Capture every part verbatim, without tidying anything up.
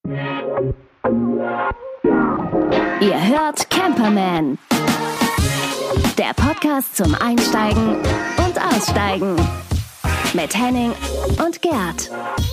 Ihr hört Camperman, der Podcast zum Einsteigen und Aussteigen mit Henning und Gerd.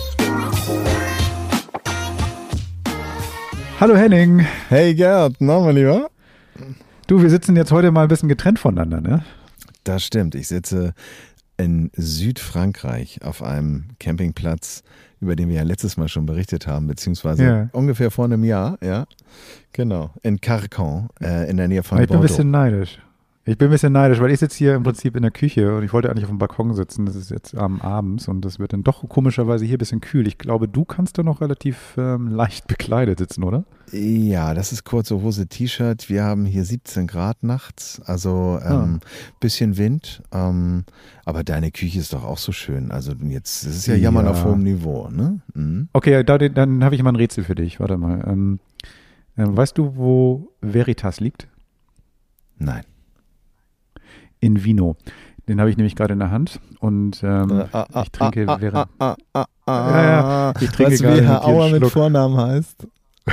Hallo Henning. Hey Gerd, na mein Lieber? Du, wir sitzen jetzt heute mal ein bisschen getrennt voneinander, ne? Das stimmt, ich sitze in Südfrankreich auf einem Campingplatz, über den wir ja letztes Mal schon berichtet haben, beziehungsweise ja. ungefähr vor einem Jahr, ja, genau, in Carcan, äh, in der Nähe von ich Bordeaux. Ich bin ein bisschen neidisch. Ich bin ein bisschen neidisch, weil ich sitze hier im Prinzip in der Küche und ich wollte eigentlich auf dem Balkon sitzen. Das ist jetzt ähm, abends und das wird dann doch komischerweise hier ein bisschen kühl. Ich glaube, du kannst da noch relativ ähm, leicht bekleidet sitzen, oder? Ja, das ist kurze Hose, T-Shirt. Wir haben hier siebzehn Grad nachts, also ähm, ah. bisschen Wind. Ähm, aber deine Küche ist doch auch so schön. Also jetzt, das ist ja Jammern ja. auf hohem Niveau, ne? Mhm. Okay, da, dann habe ich mal ein Rätsel für dich. Warte mal. Ähm, äh, weißt du, wo Veritas liegt? Nein. In Vino. Den habe ich nämlich gerade in der Hand und ähm, ah, ah, ich trinke ah, während ah, ah, ah, ah, ja, ja, ich trinke weißt du, wie Herr Auer mit Vornamen heißt?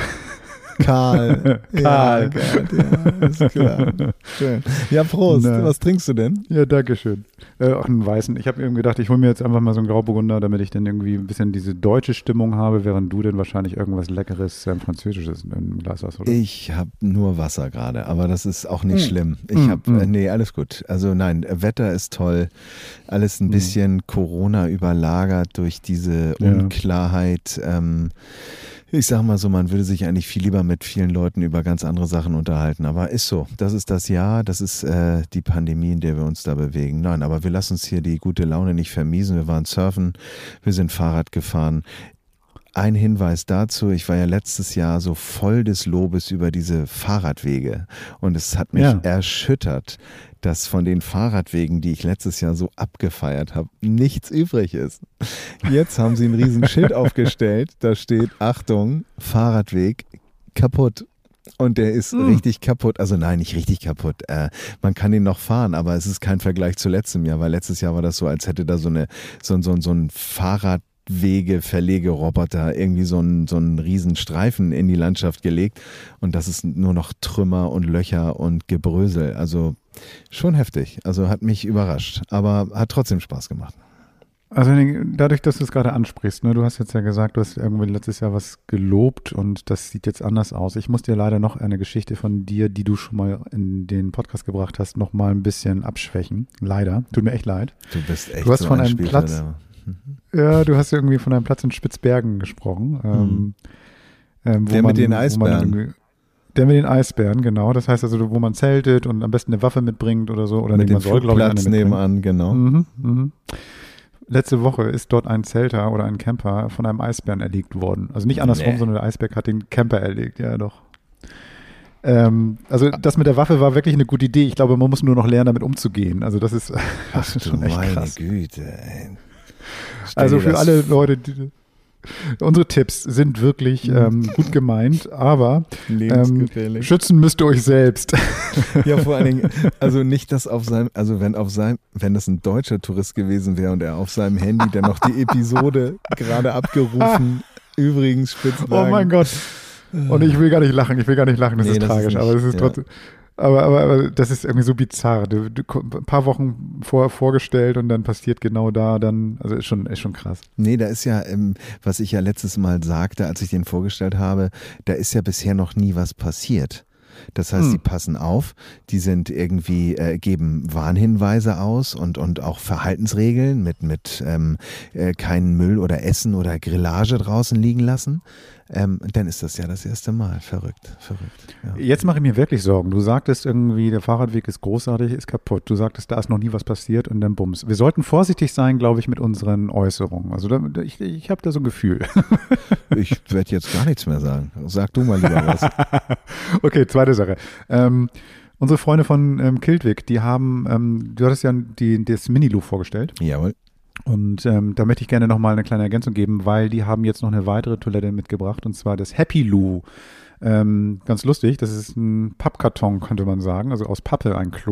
Karl. Karl. Ja, Gott, ja, ist klar. Schön. Ja, Prost. Na. Was trinkst du denn? Ja, danke schön. Äh, auch einen weißen. Ich habe irgendwie gedacht, ich hole mir jetzt einfach mal so einen Grauburgunder, damit ich dann irgendwie ein bisschen diese deutsche Stimmung habe, während du dann wahrscheinlich irgendwas Leckeres, ähm, Französisches im Glas hast, oder? Ich habe nur Wasser gerade, aber das ist auch nicht mm. schlimm. Ich mm, habe, mm. äh, nee, alles gut. Also nein, Wetter ist toll. Alles ein bisschen mm. Corona überlagert durch diese ja. Unklarheit. Ähm, Ich sag mal so, man würde sich eigentlich viel lieber mit vielen Leuten über ganz andere Sachen unterhalten, aber ist so. Das ist das Jahr, das ist äh, die Pandemie, in der wir uns da bewegen. Nein, aber wir lassen uns hier die gute Laune nicht vermiesen. Wir waren surfen, wir sind Fahrrad gefahren. Ein Hinweis dazu, ich war ja letztes Jahr so voll des Lobes über diese Fahrradwege und es hat mich ja. erschüttert, dass von den Fahrradwegen, die ich letztes Jahr so abgefeiert habe, nichts übrig ist. Jetzt haben sie ein riesen Schild aufgestellt, da steht, Achtung, Fahrradweg kaputt. Und der ist mm. richtig kaputt, also nein, nicht richtig kaputt, äh, man kann ihn noch fahren, aber es ist kein Vergleich zu letztem Jahr, weil letztes Jahr war das so, als hätte da so, eine, so, so, so ein Fahrrad Wege, Verlegeroboter, irgendwie so einen, so einen riesen Streifen in die Landschaft gelegt und das ist nur noch Trümmer und Löcher und Gebrösel, also schon heftig, also hat mich überrascht, aber hat trotzdem Spaß gemacht. Also dadurch, dass du es gerade ansprichst, ne, du hast jetzt ja gesagt, du hast irgendwie letztes Jahr was gelobt und das sieht jetzt anders aus. Ich muss dir leider noch eine Geschichte von dir, die du schon mal in den Podcast gebracht hast, noch mal ein bisschen abschwächen. Leider, tut mir echt leid. Du bist echt du hast so von ein einem Spieler, Platz. Ja, du hast irgendwie von einem Platz in Spitzbergen gesprochen. Hm. Ähm, ähm, wo der man, mit den Eisbären. Der mit den Eisbären, genau. Das heißt also, wo man zeltet und am besten eine Waffe mitbringt oder so. Oder mit dem Flugplatz nebenan, genau. Mhm, mhm. Letzte Woche ist dort ein Zelter oder ein Camper von einem Eisbären erlegt worden. Also nicht andersrum, nee. sondern der Eisbär hat den Camper erlegt. Ja, doch. Ähm, also das mit der Waffe war wirklich eine gute Idee. Ich glaube, man muss nur noch lernen, damit umzugehen. Also das ist, das Ach, ist schon echt meine krass. Güte, ey. Also für alle Leute, die, unsere Tipps sind wirklich ähm, gut gemeint, aber ähm, schützen müsst ihr euch selbst. Ja, vor allen Dingen, also nicht, dass auf seinem, also wenn auf seinem, wenn das ein deutscher Tourist gewesen wäre und er auf seinem Handy dann noch die Episode gerade abgerufen, übrigens Spitzbergen. Oh mein Gott. Und ich will gar nicht lachen, ich will gar nicht lachen, das nee, ist das tragisch, ist nicht, aber es ist ja. trotzdem. Aber, aber, aber das ist irgendwie so bizarr. Du, du, ein paar Wochen vorher vorgestellt und dann passiert genau da dann, also ist schon, ist schon krass. Nee, da ist ja, ähm, was ich ja letztes Mal sagte, als ich den vorgestellt habe, da ist ja bisher noch nie was passiert. Das heißt, hm. die passen auf, die sind irgendwie, äh, geben Warnhinweise aus und, und auch Verhaltensregeln mit, mit ähm, äh, keinen Müll oder Essen oder Grillage draußen liegen lassen. Ähm, dann ist das ja das erste Mal. Verrückt, verrückt. Ja. Jetzt mache ich mir wirklich Sorgen. Du sagtest irgendwie, der Fahrradweg ist großartig, ist kaputt. Du sagtest, da ist noch nie was passiert und dann bums. Wir sollten vorsichtig sein, glaube ich, mit unseren Äußerungen. Also da, ich, ich habe da so ein Gefühl. Ich werde jetzt gar nichts mehr sagen. Sag du mal lieber was. Okay, zweite Sache. Ähm, unsere Freunde von ähm, Kiltwick, die haben, ähm, du hattest ja die, das Mini-Loo vorgestellt. Jawohl. Und ähm, da möchte ich gerne nochmal eine kleine Ergänzung geben, weil die haben jetzt noch eine weitere Toilette mitgebracht und zwar das Happy Loo. Ähm, ganz lustig, das ist ein Pappkarton, könnte man sagen, also aus Pappe ein Klo.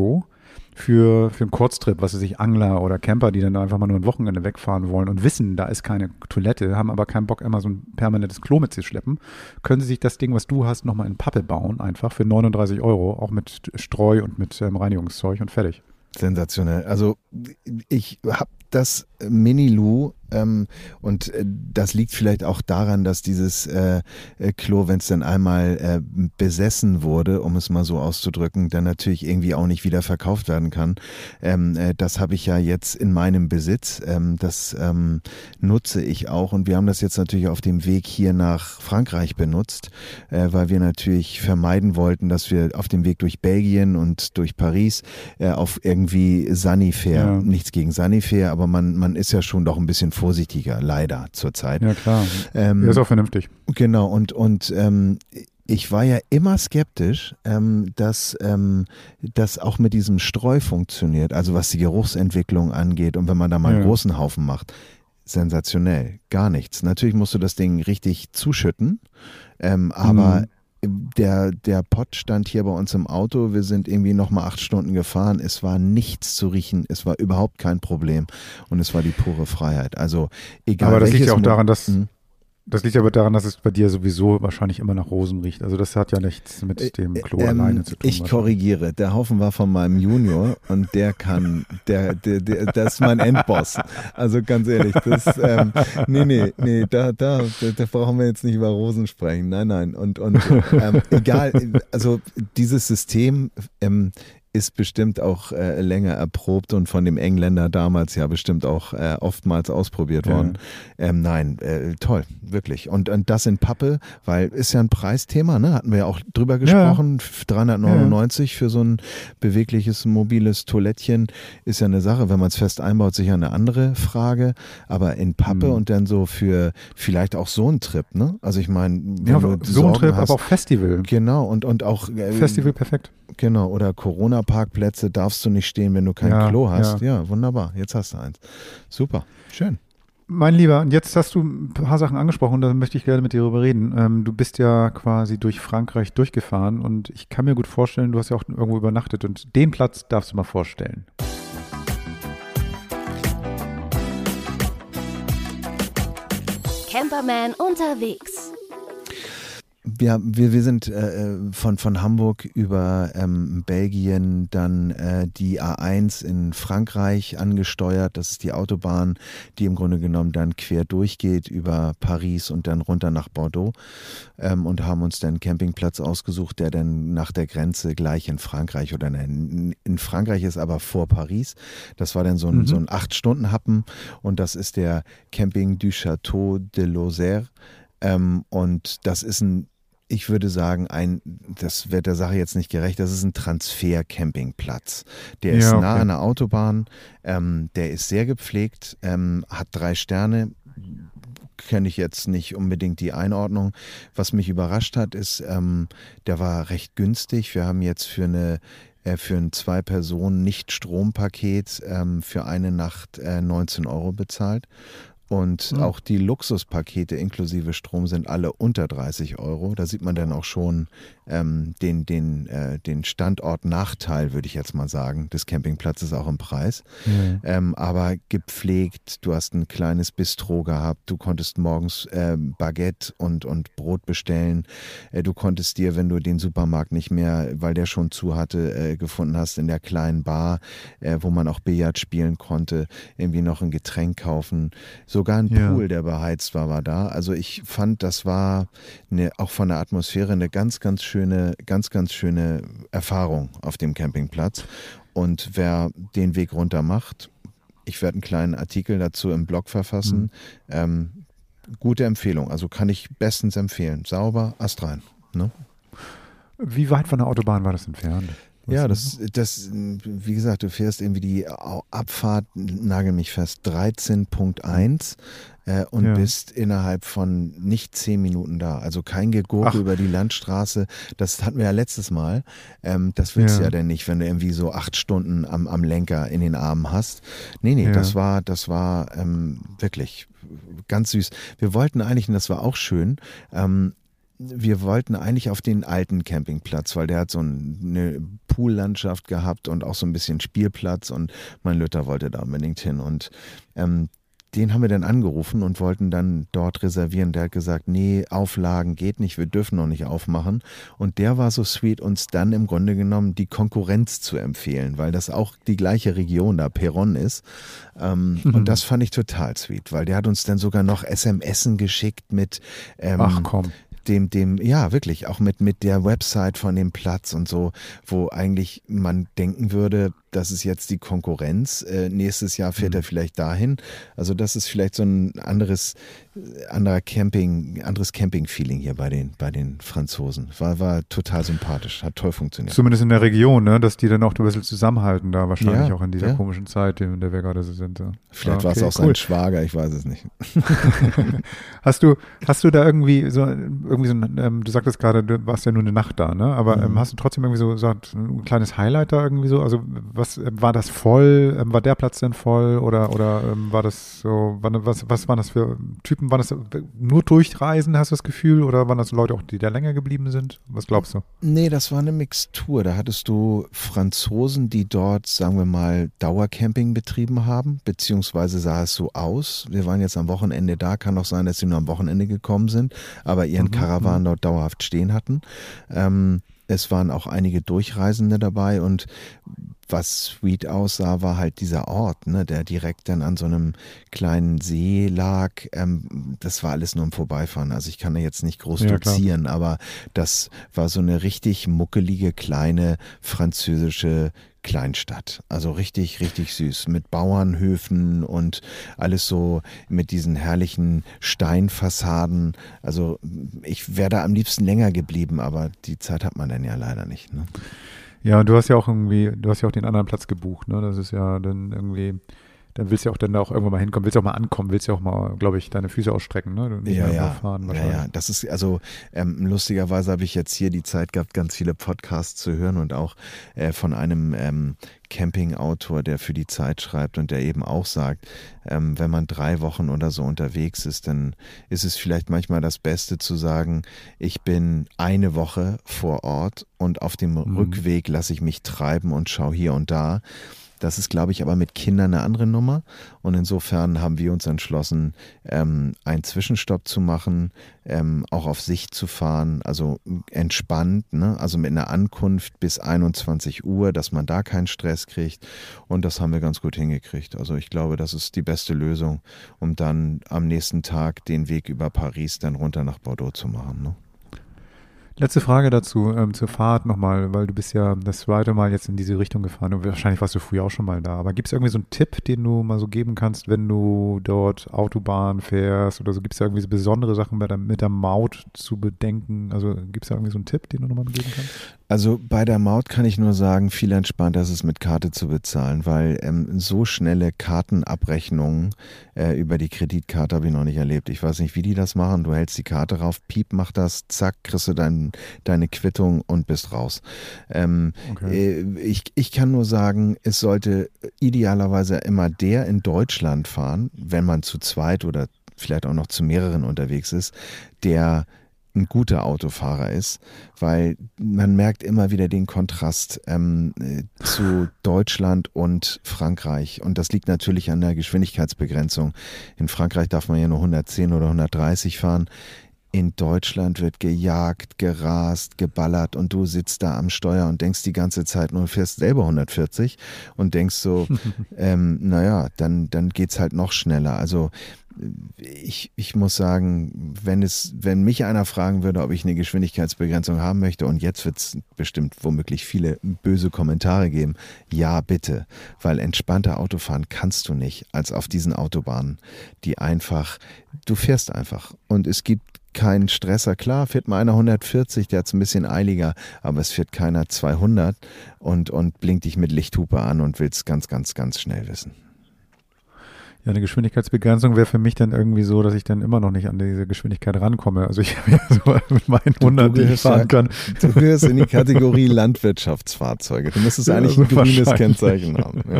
für, für einen Kurztrip, was weiß ich, Angler oder Camper, die dann einfach mal nur ein Wochenende wegfahren wollen und wissen, da ist keine Toilette, haben aber keinen Bock, immer so ein permanentes Klo mit zu schleppen, können sie sich das Ding, was du hast, nochmal in Pappe bauen, einfach für neununddreißig Euro, auch mit Streu und mit ähm, Reinigungszeug und fertig. Sensationell. Also ich habe das Mini-Lou ähm, und äh, das liegt vielleicht auch daran, dass dieses äh, Klo, wenn es dann einmal äh, besessen wurde, um es mal so auszudrücken, dann natürlich irgendwie auch nicht wieder verkauft werden kann. Ähm, äh, das habe ich ja jetzt in meinem Besitz. Ähm, das ähm, nutze ich auch und wir haben das jetzt natürlich auf dem Weg hier nach Frankreich benutzt, äh, weil wir natürlich vermeiden wollten, dass wir auf dem Weg durch Belgien und durch Paris äh, auf irgendwie Sanifair, ja. Nichts gegen Sanifair, aber man, man ist ja schon doch ein bisschen vorsichtiger, leider zurzeit. Ja, klar. Ähm, ja, ist auch vernünftig. Genau, und, und ähm, ich war ja immer skeptisch, ähm, dass ähm, das auch mit diesem Streu funktioniert, also was die Geruchsentwicklung angeht und wenn man da mal einen ja. großen Haufen macht. Sensationell, gar nichts. Natürlich musst du das Ding richtig zuschütten, ähm, aber mhm. Der, der Pott stand hier bei uns im Auto, wir sind irgendwie nochmal acht Stunden gefahren, es war nichts zu riechen, es war überhaupt kein Problem und es war die pure Freiheit. Also egal. Aber das liegt ja auch Mo- daran, dass hm? das liegt aber daran, dass es bei dir sowieso wahrscheinlich immer nach Rosen riecht. Also das hat ja nichts mit dem Klo ähm, alleine zu tun. Ich korrigiere, der Haufen war von meinem Junior und der kann, der, der, der, das ist mein Endboss. Also ganz ehrlich, das, ähm, nee, nee, nee, da, da, da, da brauchen wir jetzt nicht über Rosen sprechen. Nein, nein. Und, und ähm, egal, also dieses System, ähm, ist bestimmt auch äh, länger erprobt und von dem Engländer damals ja bestimmt auch äh, oftmals ausprobiert worden. Ja. Ähm, nein, äh, toll, wirklich. Und, und das in Pappe, weil ist ja ein Preisthema, ne? Hatten wir ja auch drüber gesprochen. Ja. dreihundertneunundneunzig ja. für so ein bewegliches, mobiles Toilettchen ist ja eine Sache. Wenn man es fest einbaut, sicher eine andere Frage. Aber in Pappe mhm. und dann so für vielleicht auch so einen Trip, ne? Also ich meine, ja, so ein Trip, hast, aber auch Festival. Genau, und, und auch äh, Festival perfekt. Genau, oder Corona-Parkplätze darfst du nicht stehen, wenn du kein ja, Klo hast. Ja. ja, wunderbar. Jetzt hast du eins. Super, schön. Mein Lieber, und jetzt hast du ein paar Sachen angesprochen, da möchte ich gerne mit dir drüber reden. Ähm, du bist ja quasi durch Frankreich durchgefahren und ich kann mir gut vorstellen, du hast ja auch irgendwo übernachtet und den Platz darfst du mal vorstellen. Camperman unterwegs. Ja, wir, wir sind äh, von, von Hamburg über ähm, Belgien dann äh, die A eins in Frankreich angesteuert. Das ist die Autobahn, die im Grunde genommen dann quer durchgeht über Paris und dann runter nach Bordeaux ähm, und haben uns dann einen Campingplatz ausgesucht, der dann nach der Grenze gleich in Frankreich oder in, in Frankreich ist, aber vor Paris. Das war dann so ein, mhm. so ein acht-Stunden-Happen und das ist der Camping du Château de Lozère ähm, und das ist ein Ich würde sagen, ein, das wird der Sache jetzt nicht gerecht, das ist ein Transfer-Campingplatz. Der ist ja, okay. nah an der Autobahn, ähm, der ist sehr gepflegt, ähm, hat drei Sterne, kenne ich jetzt nicht unbedingt die Einordnung. Was mich überrascht hat, ist, ähm, der war recht günstig. Wir haben jetzt für eine äh, für ein Zwei-Personen-Nicht-Strom-Paket ähm, für eine Nacht äh, neunzehn Euro bezahlt. Und mhm. auch die Luxuspakete inklusive Strom sind alle unter dreißig Euro. Da sieht man dann auch schon ähm, den, den, äh, den Standortnachteil, würde ich jetzt mal sagen, des Campingplatzes auch im Preis. Mhm. Ähm, aber gepflegt, du hast ein kleines Bistro gehabt, du konntest morgens äh, Baguette und, und Brot bestellen. Äh, du konntest dir, wenn du den Supermarkt nicht mehr, weil der schon zu hatte, äh, gefunden hast, in der kleinen Bar, äh, wo man auch Billard spielen konnte, irgendwie noch ein Getränk kaufen. Sogar ein Pool, ja. der beheizt war, war da. Also ich fand, das war eine, auch von der Atmosphäre eine ganz, ganz schöne, ganz, ganz schöne Erfahrung auf dem Campingplatz. Und wer den Weg runter macht, ich werde einen kleinen Artikel dazu im Blog verfassen. Mhm. Ähm, gute Empfehlung, also kann ich bestens empfehlen. Sauber, astrein. Ne? Wie weit von der Autobahn war das entfernt? Ja, das, das, wie gesagt, du fährst irgendwie die Abfahrt, nagel mich fest, dreizehn Komma eins äh, und ja. bist innerhalb von nicht zehn Minuten da. Also kein Gegurke über die Landstraße. Das hatten wir ja letztes Mal. Ähm, das willst ja. du ja denn nicht, wenn du irgendwie so acht Stunden am, am Lenker in den Armen hast. Nee, nee, ja. das war, das war ähm, wirklich ganz süß. Wir wollten eigentlich, und das war auch schön, ähm, wir wollten eigentlich auf den alten Campingplatz, weil der hat so eine Poollandschaft gehabt und auch so ein bisschen Spielplatz und mein Lütter wollte da unbedingt hin und ähm, den haben wir dann angerufen und wollten dann dort reservieren. Der hat gesagt, nee, Auflagen geht nicht, wir dürfen noch nicht aufmachen. Und der war so sweet, uns dann im Grunde genommen die Konkurrenz zu empfehlen, weil das auch die gleiche Region da, Perron ist. Ähm, mhm. Und das fand ich total sweet, weil der hat uns dann sogar noch S M S geschickt mit ähm, Ach komm. Dem, dem, ja, wirklich, auch mit, mit der Website von dem Platz und so, wo eigentlich man denken würde, das ist jetzt die Konkurrenz. Äh, nächstes Jahr fährt mhm. er vielleicht dahin. Also das ist vielleicht so ein anderes, anderer Camping, anderes Camping-Feeling hier bei den, bei den Franzosen. War, war total sympathisch, hat toll funktioniert. Zumindest in der Region, ne, dass die dann auch ein bisschen zusammenhalten da wahrscheinlich ja, auch in dieser ja. komischen Zeit, in der wir gerade so sind. Ja. Vielleicht okay, war es auch cool. sein Schwager, ich weiß es nicht. hast du, hast du da irgendwie so, irgendwie so ein, ähm, du sagtest gerade, du warst ja nur eine Nacht da, ne? Aber mhm. ähm, hast du trotzdem irgendwie so, so ein kleines Highlight da irgendwie so? Also was war das voll? War der Platz denn voll? Oder, oder ähm, war das so, war, was, was waren das für Typen? Waren das nur Durchreisen, hast du das Gefühl? Oder waren das Leute auch, die da länger geblieben sind? Was glaubst du? Nee, das war eine Mixtur. Da hattest du Franzosen, die dort, sagen wir mal, Dauercamping betrieben haben, beziehungsweise sah es so aus. Wir waren jetzt am Wochenende da, kann auch sein, dass sie nur am Wochenende gekommen sind, aber ihren mhm. Karawan dort dauerhaft stehen hatten. Ähm, es waren auch einige Durchreisende dabei und was sweet aussah, war halt dieser Ort, ne, der direkt dann an so einem kleinen See lag. Ähm, das war alles nur im Vorbeifahren. Also ich kann da jetzt nicht groß ja, dozieren, klar. aber das war so eine richtig muckelige, kleine französische Kleinstadt. Also richtig, richtig süß. Mit Bauernhöfen und alles so mit diesen herrlichen Steinfassaden. Also ich wäre da am liebsten länger geblieben, aber die Zeit hat man dann ja leider nicht, ne? Ja, und du hast ja auch irgendwie, du hast ja auch den anderen Platz gebucht, ne? Das ist ja dann irgendwie, dann willst du ja auch dann da auch irgendwann mal hinkommen, willst ja auch mal ankommen, willst ja auch mal, glaube ich, deine Füße ausstrecken, ne? Du nicht ja, mehr ja. fahren ja, ja, das ist, also ähm, lustigerweise habe ich jetzt hier die Zeit gehabt, ganz viele Podcasts zu hören und auch äh, von einem ähm, Campingautor, der für die Zeit schreibt und der eben auch sagt, ähm, wenn man drei Wochen oder so unterwegs ist, dann ist es vielleicht manchmal das Beste zu sagen, ich bin eine Woche vor Ort und auf dem mhm. Rückweg lasse ich mich treiben und schaue hier und da. Das ist, glaube ich, aber mit Kindern eine andere Nummer. Und insofern haben wir uns entschlossen, ähm, einen Zwischenstopp zu machen, ähm, auch auf Sicht zu fahren, also entspannt, ne? Also mit einer Ankunft bis einundzwanzig Uhr, dass man da keinen Stress kriegt. Und das haben wir ganz gut hingekriegt. Also ich glaube, das ist die beste Lösung, um dann am nächsten Tag den Weg über Paris dann runter nach Bordeaux zu machen, ne? Letzte Frage dazu, ähm, zur Fahrt nochmal, weil du bist ja das zweite Mal jetzt in diese Richtung gefahren und wahrscheinlich warst du früher auch schon mal da, aber gibt es irgendwie so einen Tipp, den du mal so geben kannst, wenn du dort Autobahn fährst oder so, gibt es da irgendwie so besondere Sachen mit der, mit der Maut zu bedenken, also gibt es da irgendwie so einen Tipp, den du nochmal geben kannst? Also bei der Maut kann ich nur sagen, viel entspannter ist es mit Karte zu bezahlen, weil ähm, so schnelle Kartenabrechnungen äh, über die Kreditkarte habe ich noch nicht erlebt. Ich weiß nicht, wie die das machen. Du hältst die Karte rauf, piep, macht das, zack, kriegst du dein, deine Quittung und bist raus. Ähm, okay. äh, ich, ich kann nur sagen, es sollte idealerweise immer der in Deutschland fahren, wenn man zu zweit oder vielleicht auch noch zu mehreren unterwegs ist, der ein guter Autofahrer ist, weil man merkt immer wieder den Kontrast ähm, zu Deutschland und Frankreich und das liegt natürlich an der Geschwindigkeitsbegrenzung. In Frankreich darf man ja nur hundertzehn oder hundertdreißig fahren. In Deutschland wird gejagt, gerast, geballert und du sitzt da am Steuer und denkst die ganze Zeit nur, du fährst selber hundertvierzig und denkst so, ähm, naja, dann, dann geht's halt noch schneller. Also Ich, ich muss sagen, wenn es, wenn mich einer fragen würde, ob ich eine Geschwindigkeitsbegrenzung haben möchte, und jetzt wird es bestimmt womöglich viele böse Kommentare geben, ja bitte, weil entspannter Autofahren kannst du nicht als auf diesen Autobahnen, die einfach, du fährst einfach und es gibt keinen Stresser. Klar, fährt mal einer hundertvierzig, der hat es ein bisschen eiliger, aber es fährt keiner zweihundert und, und blinkt dich mit Lichthupe an und will es ganz, ganz, ganz schnell wissen. Ja, eine Geschwindigkeitsbegrenzung wäre für mich dann irgendwie so, dass ich dann immer noch nicht an diese Geschwindigkeit rankomme. Also ich habe ja so mit meinen hundert, die ich fahren ja, kann. Du gehörst in die Kategorie Landwirtschaftsfahrzeuge. Du müsstest ja, eigentlich ein grünes Kennzeichen haben. Ja,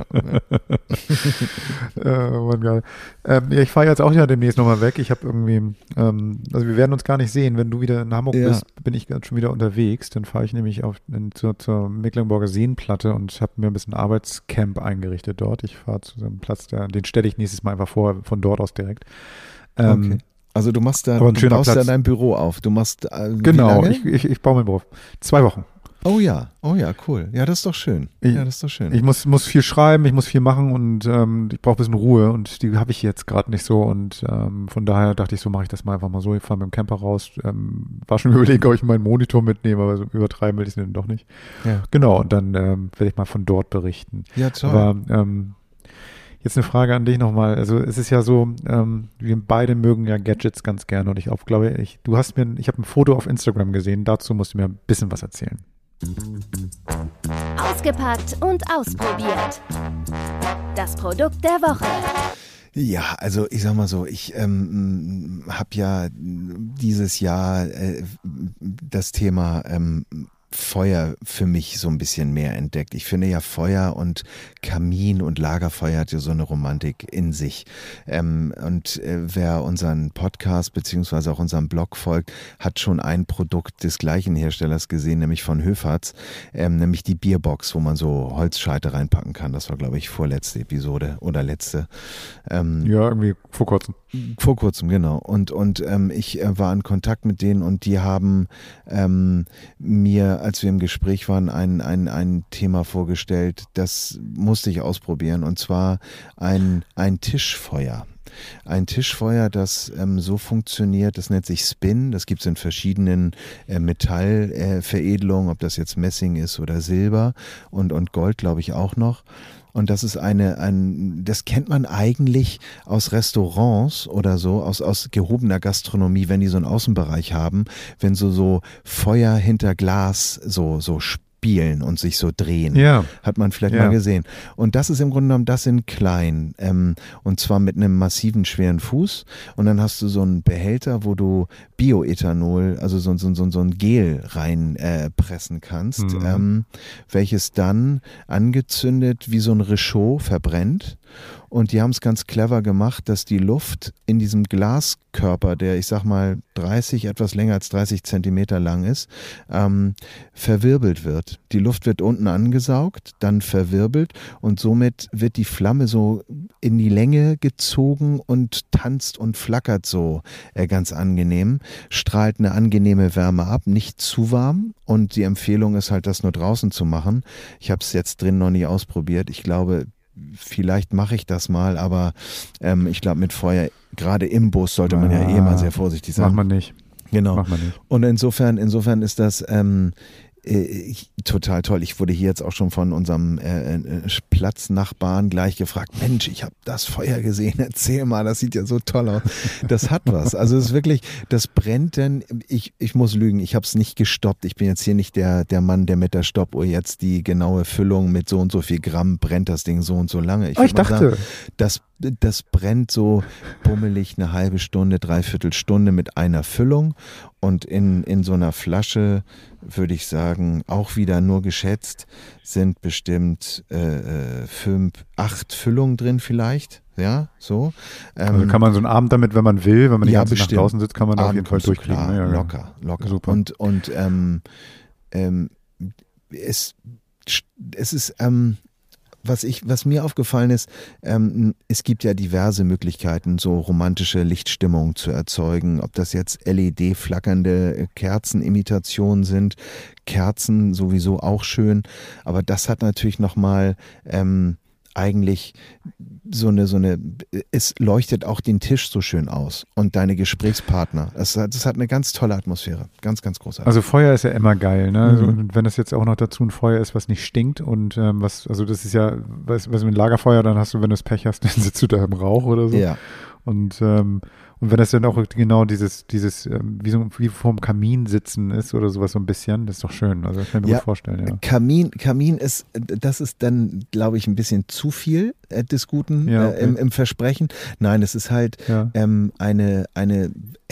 ja. äh, Mann, geil. Ähm, ja, ich fahre jetzt auch ja demnächst nochmal weg. Ich habe irgendwie, ähm, also wir werden uns gar nicht sehen. Wenn du wieder in Hamburg ja. bist, bin ich schon wieder unterwegs. Dann fahre ich nämlich auf, in, zur, zur Mecklenburger Seenplatte und habe mir ein bisschen Arbeitscamp eingerichtet dort. Ich fahre zu so einem Platz, der, den stelle ich nächstes Mal einfach vor, von dort aus direkt. Ähm, okay. Also du machst da, du baust da dein Büro auf. Du machst äh, genau, ich, ich, ich baue mein Büro auf. Zwei Wochen. Oh ja, oh ja, cool. Ja, das ist doch schön. Ich, ja, das ist doch schön. Ich muss, muss viel schreiben, ich muss viel machen und ähm, ich brauche ein bisschen Ruhe und die habe ich jetzt gerade nicht so und ähm, von daher dachte ich, so mache ich das mal einfach mal so. Ich fahre mit dem Camper raus. Ähm, war schon überlegen, ob ich meinen Monitor mitnehme, aber so übertreiben will ich es dann doch nicht. Ja. Genau, und dann ähm, werde ich mal von dort berichten. Ja, toll. Aber ähm, jetzt eine Frage an dich nochmal. Also es ist ja so, ähm, wir beide mögen ja Gadgets ganz gerne und ich auch glaube, ich, du hast mir, ich habe ein Foto auf Instagram gesehen, dazu musst du mir ein bisschen was erzählen. Ausgepackt und ausprobiert. Das Produkt der Woche. Ja, also ich sag mal so, ich ähm, habe ja dieses Jahr äh, das Thema ähm, Feuer für mich so ein bisschen mehr entdeckt. Ich finde ja Feuer und Kamin und Lagerfeuer hat ja so eine Romantik in sich. Ähm, und äh, wer unseren Podcast beziehungsweise auch unseren Blog folgt, hat schon ein Produkt des gleichen Herstellers gesehen, nämlich von Höferts, ähm, nämlich die Bierbox, wo man so Holzscheite reinpacken kann. Das war, glaube ich, vorletzte Episode oder letzte. Ähm, ja, irgendwie vor kurzem. Vor kurzem, genau. Und, und ähm, ich äh, war in Kontakt mit denen und die haben ähm, mir, als wir im Gespräch waren, ein, ein, ein Thema vorgestellt, das musste ich ausprobieren, und zwar ein, ein Tischfeuer. Ein Tischfeuer, das ähm, so funktioniert, das nennt sich Spin, das gibt es in verschiedenen äh, Metallveredelungen, äh, ob das jetzt Messing ist oder Silber und, und Gold, glaube ich, auch noch. Und das ist eine, ein, das kennt man eigentlich aus Restaurants oder so, aus, aus gehobener Gastronomie, wenn die so einen Außenbereich haben, wenn so, so Feuer hinter Glas so, so spielen und sich so drehen. Ja. Hat man vielleicht ja. mal gesehen. Und das ist im Grunde genommen das in klein. Ähm, und zwar mit einem massiven, schweren Fuß. Und dann hast du so einen Behälter, wo du Bioethanol, also so, so, so, so ein Gel rein äh, pressen kannst, mhm. ähm, welches dann angezündet wie so ein Réchaud verbrennt. Und die haben es ganz clever gemacht, dass die Luft in diesem Glaskörper, der, ich sag mal, dreißig, etwas länger als dreißig Zentimeter lang ist, ähm, verwirbelt wird. Die Luft wird unten angesaugt, dann verwirbelt und somit wird die Flamme so in die Länge gezogen und tanzt und flackert so äh, ganz angenehm, strahlt eine angenehme Wärme ab, nicht zu warm, und die Empfehlung ist halt, das nur draußen zu machen. Ich habe es jetzt drin noch nie ausprobiert. Ich glaube, vielleicht mache ich das mal, aber ähm, ich glaube, mit Feuer, gerade im Bus, sollte man ah, ja eh mal sehr vorsichtig sein. Macht man nicht. Genau. Macht man nicht. Und insofern, insofern ist das ähm, äh, total toll. Ich wurde hier jetzt auch schon von unserem äh, Platznachbarn gleich gefragt, Mensch, ich habe das Feuer gesehen, erzähl mal, das sieht ja so toll aus. Das hat was. Also es ist wirklich, das brennt denn, ich, ich muss lügen, ich habe es nicht gestoppt. Ich bin jetzt hier nicht der, der Mann, der mit der Stoppuhr jetzt die genaue Füllung mit so und so viel Gramm brennt das Ding so und so lange. Ich, oh, ich dachte, sagen, das, das brennt so bummelig eine halbe Stunde, dreiviertel Stunde mit einer Füllung, und in, in so einer Flasche, würde ich sagen, auch wieder nur geschätzt, sind bestimmt äh, fünf, acht Füllungen drin vielleicht. Ja, so. Ähm, also kann man so einen Abend damit, wenn man will, wenn man nicht ja, ganz nach draußen sitzt, kann man da auf jeden Fall durchkriegen. Klar, ja, ja. Locker, locker. Super. Und, und ähm, ähm, es, es ist, ähm, was ich, was mir aufgefallen ist, ähm, es gibt ja diverse Möglichkeiten, so romantische Lichtstimmung zu erzeugen. Ob das jetzt L E D-flackernde Kerzenimitationen sind, Kerzen sowieso auch schön, aber das hat natürlich nochmal ähm, eigentlich so eine, so eine, es leuchtet auch den Tisch so schön aus und deine Gesprächspartner. Das hat, das hat eine ganz tolle Atmosphäre. Ganz, ganz großartig. Also Feuer ist ja immer geil, ne? Also, Mhm. und wenn das jetzt auch noch dazu ein Feuer ist, was nicht stinkt und ähm, was, also das ist ja, was, was mit Lagerfeuer, dann hast du, wenn du das Pech hast, dann sitzt du da im Rauch oder so. Ja. Und, ähm, Und wenn das dann auch genau dieses, dieses, wie so wie vorm Kamin sitzen ist oder sowas so ein bisschen, das ist doch schön. Also das kann ich mir Ja, gut vorstellen, ja. Kamin, Kamin ist, das ist dann, glaube ich, ein bisschen zu viel äh, des Guten Ja, okay. äh, im, im Versprechen. Nein, es ist halt Ja. ähm, eine, eine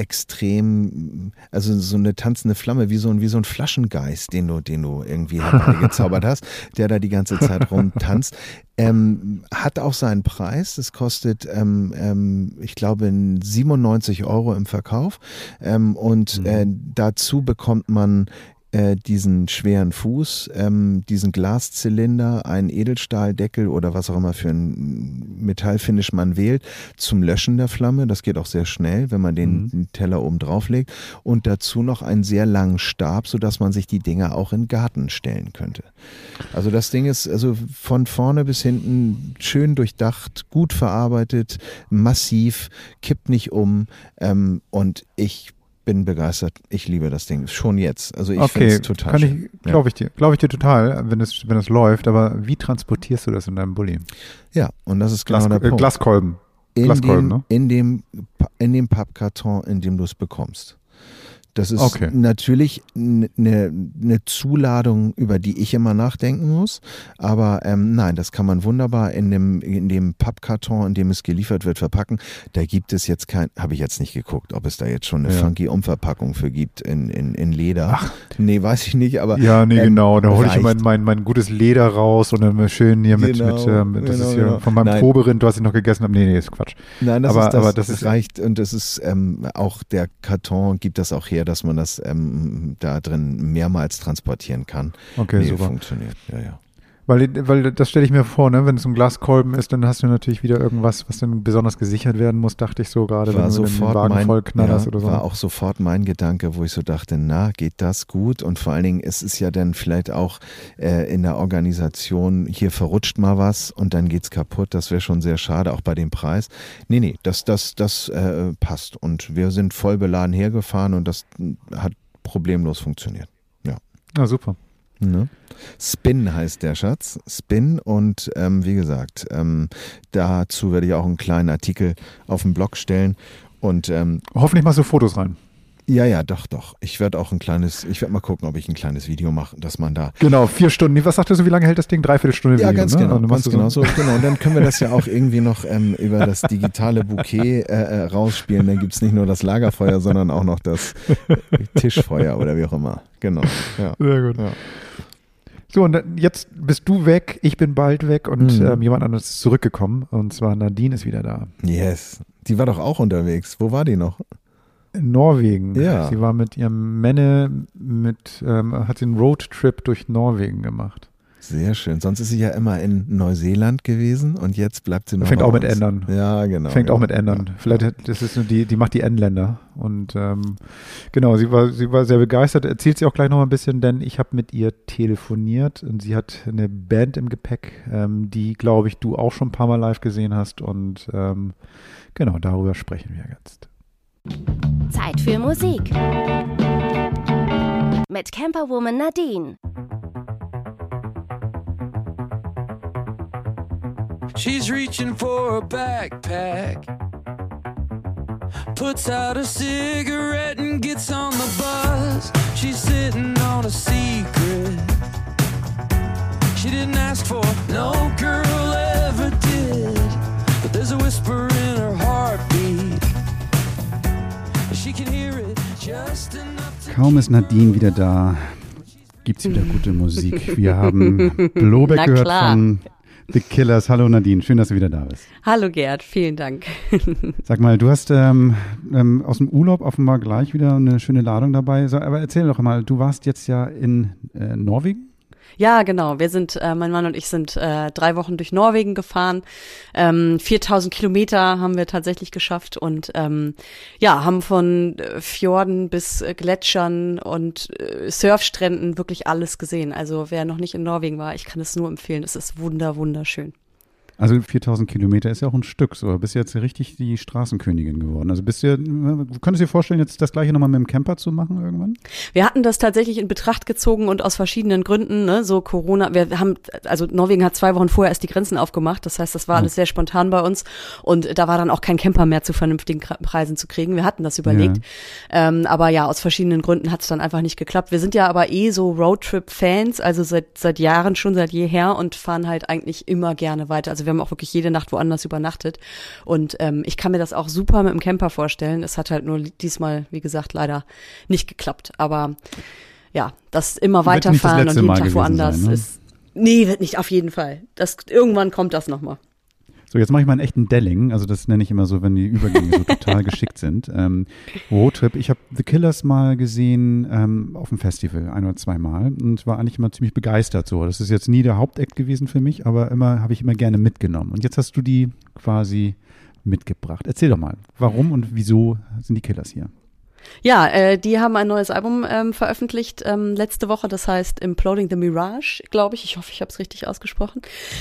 extrem, also so eine tanzende Flamme, wie so ein, wie so ein Flaschengeist, den du, den du irgendwie herbeigezaubert hast, der da die ganze Zeit rumtanzt. Ähm, hat auch seinen Preis. Es kostet, ähm, ähm, ich glaube, siebenundneunzig Euro im Verkauf. Ähm, und Mhm. äh, dazu bekommt man äh, diesen schweren Fuß, ähm, diesen Glaszylinder, einen Edelstahldeckel oder was auch immer für ein Metallfinish man wählt, zum Löschen der Flamme. Das geht auch sehr schnell, wenn man den, Mhm. den Teller oben drauf legt. Und dazu noch einen sehr langen Stab, sodass man sich die Dinger auch in den Garten stellen könnte. Also das Ding ist also von vorne bis hinten schön durchdacht, gut verarbeitet, massiv, kippt nicht um ähm, und ich bin begeistert. Ich liebe das Ding schon jetzt. Also ich finde Okay, es total kann schön. ich, glaube ich dir, glaube ich dir total, wenn es, wenn es läuft, aber wie transportierst du das in deinem Bulli? Ja, und das ist genau Glas, der äh, Punkt. Glaskolben. in, Glaskolben, dem, ne? in, dem, in dem Pappkarton, in dem du es bekommst. Das ist Okay. natürlich eine ne Zuladung, über die ich immer nachdenken muss. Aber ähm, nein, das kann man wunderbar in dem, in dem Pappkarton, in dem es geliefert wird, verpacken. Da gibt es jetzt kein, habe ich jetzt nicht geguckt, ob es da jetzt schon eine Ja. funky Umverpackung für gibt in, in, in Leder. Ach. Nee, weiß ich nicht, aber. Ja, nee, ähm, genau. Da hole ich reicht. mein, mein, mein gutes Leder raus und dann schön hier mit, Genau, mit, ähm, das genau, ist hier genau. von meinem Nein. Proberind, was ich noch gegessen habe. Nee, nee, ist Quatsch. Nein, das aber, ist das, aber das ist reicht und das ist ähm, auch der Karton gibt das auch her, dass man das ähm, da drin mehrmals transportieren kann. Okay, nee, super. Funktioniert, ja, ja. Weil, weil das stelle ich mir vor, ne? Wenn es ein Glaskolben ist, dann hast du natürlich wieder irgendwas, was dann besonders gesichert werden muss, dachte ich so gerade, wenn War du den sofort Wagen mein, voll knallerst ja, oder so. war auch sofort mein Gedanke, wo ich so dachte, na, geht das gut? Und vor allen Dingen, es ist ja dann vielleicht auch äh, in der Organisation, hier verrutscht mal was und dann geht's kaputt. Das wäre schon sehr schade, auch bei dem Preis. Nee, nee, das, das, das äh, passt. Und wir sind voll beladen hergefahren und das hat problemlos funktioniert. Ja. Ja, super. Ne? Spin heißt der Schatz, Spin und ähm, wie gesagt, ähm, dazu werde ich auch einen kleinen Artikel auf den Blog stellen und ähm, Hoffentlich machst du Fotos rein. ja, ja, doch, doch. Ich werde auch ein kleines, ich werde mal gucken, ob ich ein kleines Video mache, dass man da. Genau, vier Stunden. Was sagtest du, wie lange hält das Ding? Dreiviertel Stunde Ja, Video, ganz ne? genau, Und dann ganz machst du genau. So, genau. Und dann können wir das ja auch irgendwie noch ähm, über das digitale Bouquet äh, äh, rausspielen. Dann gibt es nicht nur das Lagerfeuer, sondern auch noch das Tischfeuer oder wie auch immer. Genau. Ja. Sehr gut. Ja. So, und dann, jetzt bist du weg, ich bin bald weg und Mhm. ähm, jemand anderes ist zurückgekommen. Und zwar Nadine ist wieder da. Yes. Die war doch auch unterwegs. Wo war die noch? In Norwegen. Ja. Sie war mit ihrem Männe, mit, ähm, hat sie einen Roadtrip durch Norwegen gemacht. Sehr schön. Sonst ist sie ja immer in Neuseeland gewesen und jetzt bleibt sie noch Fängt bei auch mit uns. Ändern. Ja, genau. Fängt genau. auch mit Ändern. Ja. Vielleicht, hat- das ist nur die, die macht die N-Länder. Und ähm, genau, sie war, sie war sehr begeistert. Erzählt sie auch gleich noch mal ein bisschen, denn ich habe mit ihr telefoniert und sie hat eine Band im Gepäck, ähm, die, glaube ich, du auch schon ein paar Mal live gesehen hast. Und ähm, genau, darüber sprechen wir jetzt. Zeit für Musik. Mit Camperwoman Nadine. She's reaching for a backpack, puts out a cigarette and gets on the bus. She's sitting on a secret she didn't ask for, no girl ever did. But there's a whisper in her heartbeat, she can hear it just enough to. Kaum ist Nadine wieder da, gibt's wieder gute Musik. Wir haben Blowback Na gehört klar. von The Killers. Hallo Nadine, schön, dass du wieder da bist. Hallo Gerd, vielen Dank. Sag mal, du hast ähm, ähm, aus dem Urlaub offenbar gleich wieder eine schöne Ladung dabei. So, aber erzähl doch mal, du warst jetzt ja in äh, Norwegen? Ja, genau. Wir sind, äh, mein Mann und ich sind äh, drei Wochen durch Norwegen gefahren. Ähm, viertausend Kilometer haben wir tatsächlich geschafft und ähm, ja, haben von äh, Fjorden bis äh, Gletschern und äh, Surfstränden wirklich alles gesehen. Also wer noch nicht in Norwegen war, ich kann es nur empfehlen. Es ist wunder, wunderschön. Also viertausend Kilometer ist ja auch ein Stück, so. Bist du jetzt richtig die Straßenkönigin geworden. Also bist du, könntest du dir vorstellen, jetzt das Gleiche nochmal mit dem Camper zu machen irgendwann? Wir hatten das tatsächlich in Betracht gezogen und aus verschiedenen Gründen, ne, so Corona, wir haben, also Norwegen hat zwei Wochen vorher erst die Grenzen aufgemacht, das heißt, das war alles sehr spontan bei uns und da war dann auch kein Camper mehr zu vernünftigen Preisen zu kriegen. Wir hatten das überlegt, ja. Ähm, aber ja, aus verschiedenen Gründen hat es dann einfach nicht geklappt. Wir sind ja aber eh so Roadtrip-Fans, also seit seit Jahren schon, seit jeher und fahren halt eigentlich immer gerne weiter. Also wir haben auch wirklich jede Nacht woanders übernachtet und ähm, ich kann mir das auch super mit dem Camper vorstellen. Es hat halt nur diesmal, wie gesagt, leider nicht geklappt. Aber ja, das immer weiterfahren und jeden Mal Tag woanders sein, ne? ist, nee, wird nicht, auf jeden Fall. Das, irgendwann kommt das nochmal. So, jetzt mache ich mal einen echten Delling, also das nenne ich immer so, wenn die Übergänge so total geschickt sind. Ähm, Roadtrip, ich habe The Killers mal gesehen ähm, auf dem Festival, ein oder zwei Mal und war eigentlich immer ziemlich begeistert so. Das ist jetzt nie der Hauptakt gewesen für mich, aber immer habe ich immer gerne mitgenommen. Und jetzt hast du die quasi mitgebracht. Erzähl doch mal, warum und wieso sind die Killers hier? Ja, äh, die haben ein neues Album ähm, veröffentlicht ähm, letzte Woche, das heißt Imploding the Mirage, glaube ich. Ich hoffe, ich habe es richtig ausgesprochen.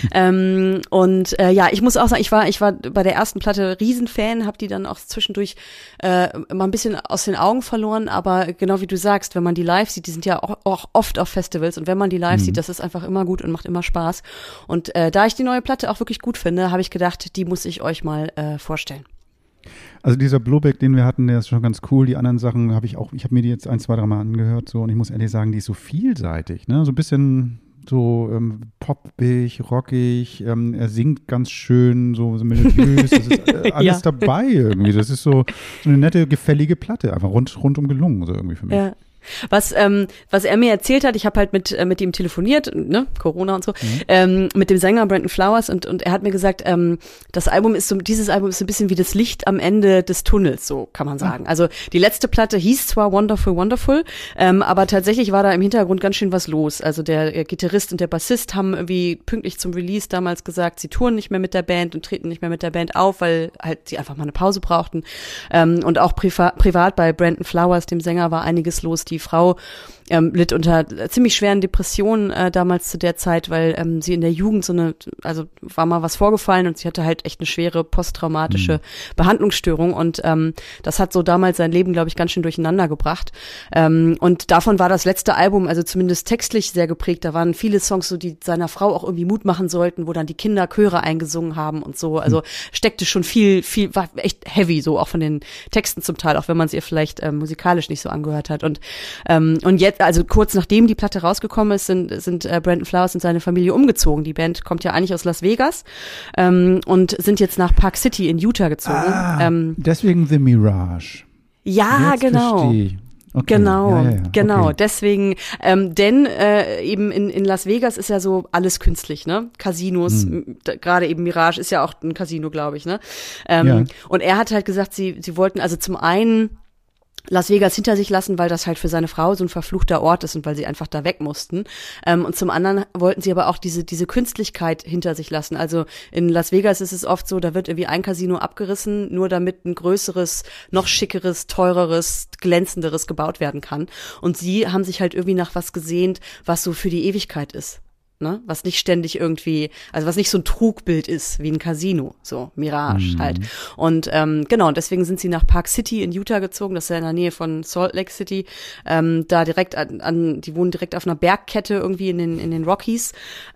ähm, und äh, ja, ich muss auch sagen, ich war ich war bei der ersten Platte Riesenfan, habe die dann auch zwischendurch äh, mal ein bisschen aus den Augen verloren, aber genau wie du sagst, wenn man die live sieht, die sind ja auch, auch oft auf Festivals und wenn man die live mhm. sieht, das ist einfach immer gut und macht immer Spaß. Und äh, da ich die neue Platte auch wirklich gut finde, habe ich gedacht, die muss ich euch mal äh, vorstellen. Also dieser Blowback, den wir hatten, der ist schon ganz cool. Die anderen Sachen habe ich auch, ich habe mir die jetzt ein, zwei, drei Mal angehört so und ich muss ehrlich sagen, die ist so vielseitig, ne? So ein bisschen so ähm, poppig, rockig, ähm, er singt ganz schön, so, so melodiös, das ist äh, alles ja. dabei irgendwie. Das ist so, so eine nette, gefällige Platte, einfach rund, rundum gelungen, so irgendwie für mich. Ja. Was ähm, was er mir erzählt hat, ich habe halt mit äh, mit ihm telefoniert, ne, Corona und so, mhm. ähm, mit dem Sänger Brandon Flowers und und er hat mir gesagt, ähm, das Album ist so, dieses Album ist so ein bisschen wie das Licht am Ende des Tunnels, so kann man sagen. Mhm. Also die letzte Platte hieß zwar Wonderful Wonderful, ähm, aber tatsächlich war da im Hintergrund ganz schön was los. Also der äh, Gitarrist und der Bassist haben irgendwie pünktlich zum Release damals gesagt, sie touren nicht mehr mit der Band und treten nicht mehr mit der Band auf, weil halt sie einfach mal eine Pause brauchten. Ähm, und auch priva- privat bei Brandon Flowers, dem Sänger, war einiges los. Die Frau ähm, litt unter ziemlich schweren Depressionen äh, damals zu der Zeit, weil ähm, sie in der Jugend so eine, also war mal was vorgefallen und sie hatte halt echt eine schwere posttraumatische mhm. Behandlungsstörung und ähm, das hat so damals sein Leben, glaube ich, ganz schön durcheinander gebracht. Ähm, und davon war das letzte Album, also zumindest textlich sehr geprägt. Da waren viele Songs, so die seiner Frau auch irgendwie Mut machen sollten, wo dann die Kinder Chöre eingesungen haben und so. Also mhm. steckte schon viel, viel, war echt heavy, so auch von den Texten zum Teil, auch wenn man es ihr vielleicht äh, musikalisch nicht so angehört hat. Und ähm, und jetzt, also kurz nachdem die Platte rausgekommen ist, sind sind äh, Brandon Flowers und seine Familie umgezogen. Die Band kommt ja eigentlich aus Las Vegas ähm, und sind jetzt nach Park City in Utah gezogen. Ah, ähm, deswegen The Mirage. Ja, jetzt genau. Okay. Genau, ja, ja, ja. genau. Okay. Deswegen, ähm, denn äh, eben in, in Las Vegas ist ja so alles künstlich, ne? Casinos, hm. gerade eben Mirage ist ja auch ein Casino, glaube ich, ne? Ähm, ja. Und er hat halt gesagt, sie sie wollten also zum einen Las Vegas hinter sich lassen, weil das halt für seine Frau so ein verfluchter Ort ist und weil sie einfach da weg mussten. Ähm, und zum anderen wollten sie aber auch diese diese Künstlichkeit hinter sich lassen. Also in Las Vegas ist es oft so, da wird irgendwie ein Casino abgerissen, nur damit ein größeres, noch schickeres, teureres, glänzenderes gebaut werden kann. Und sie haben sich halt irgendwie nach was gesehnt, was so für die Ewigkeit ist. Ne? Was nicht ständig irgendwie, also was nicht so ein Trugbild ist wie ein Casino, so Mirage mhm. halt. Und ähm, genau, und deswegen sind sie nach Park City in Utah gezogen, das ist ja in der Nähe von Salt Lake City, ähm, da direkt an, an, die wohnen direkt auf einer Bergkette irgendwie in den in den Rockies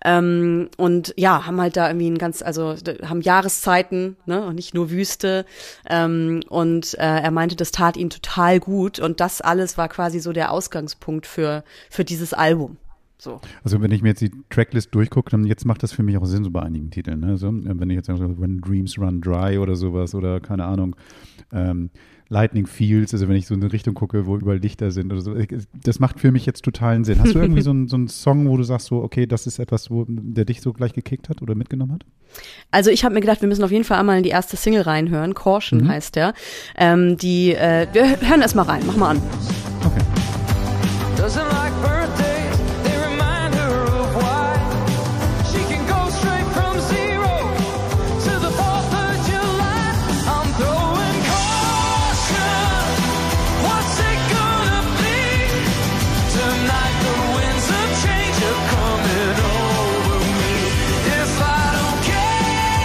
ähm, und ja, haben halt da irgendwie ein ganz, also haben Jahreszeiten, ne, und nicht nur Wüste ähm, und äh, er meinte, das tat ihnen total gut und das alles war quasi so der Ausgangspunkt für für dieses Album. So. Also wenn ich mir jetzt die Tracklist durchgucke, dann jetzt macht das für mich auch Sinn so bei einigen Titeln. Ne? So, wenn ich jetzt sage, When Dreams Run Dry oder sowas oder keine Ahnung, ähm, Lightning Fields, also wenn ich so in eine Richtung gucke, wo überall Lichter sind oder so, das macht für mich jetzt totalen Sinn. Hast du irgendwie so einen so einen Song, wo du sagst so, okay, das ist etwas, wo der dich so gleich gekickt hat oder mitgenommen hat? Also ich habe mir gedacht, wir müssen auf jeden Fall einmal in die erste Single reinhören, Caution mhm. heißt der. Ähm, die, äh, wir hören erst mal rein, mach mal an. Okay. Doesn't like birthday. Ja,